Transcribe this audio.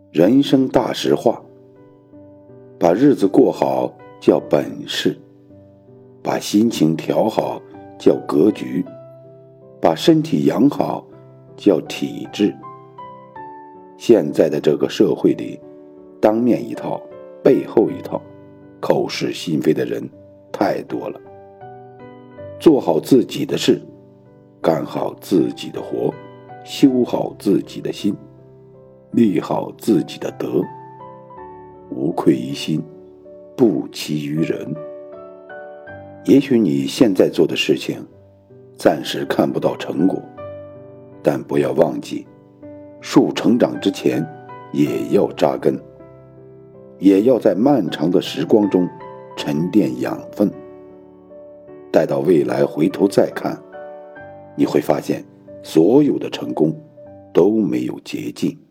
人生大实话，把日子过好叫本事，把心情调好叫格局，把身体养好叫体质。现在的这个社会里，当面一套，背后一套，口是心非的人太多了。做好自己的事，干好自己的活，修好自己的心，立好自己的德，无愧于心，不欺于人。也许你现在做的事情暂时看不到成果，但不要忘记，树成长之前也要扎根，也要在漫长的时光中沉淀养分。待到未来回头再看，你会发现所有的成功都没有捷径。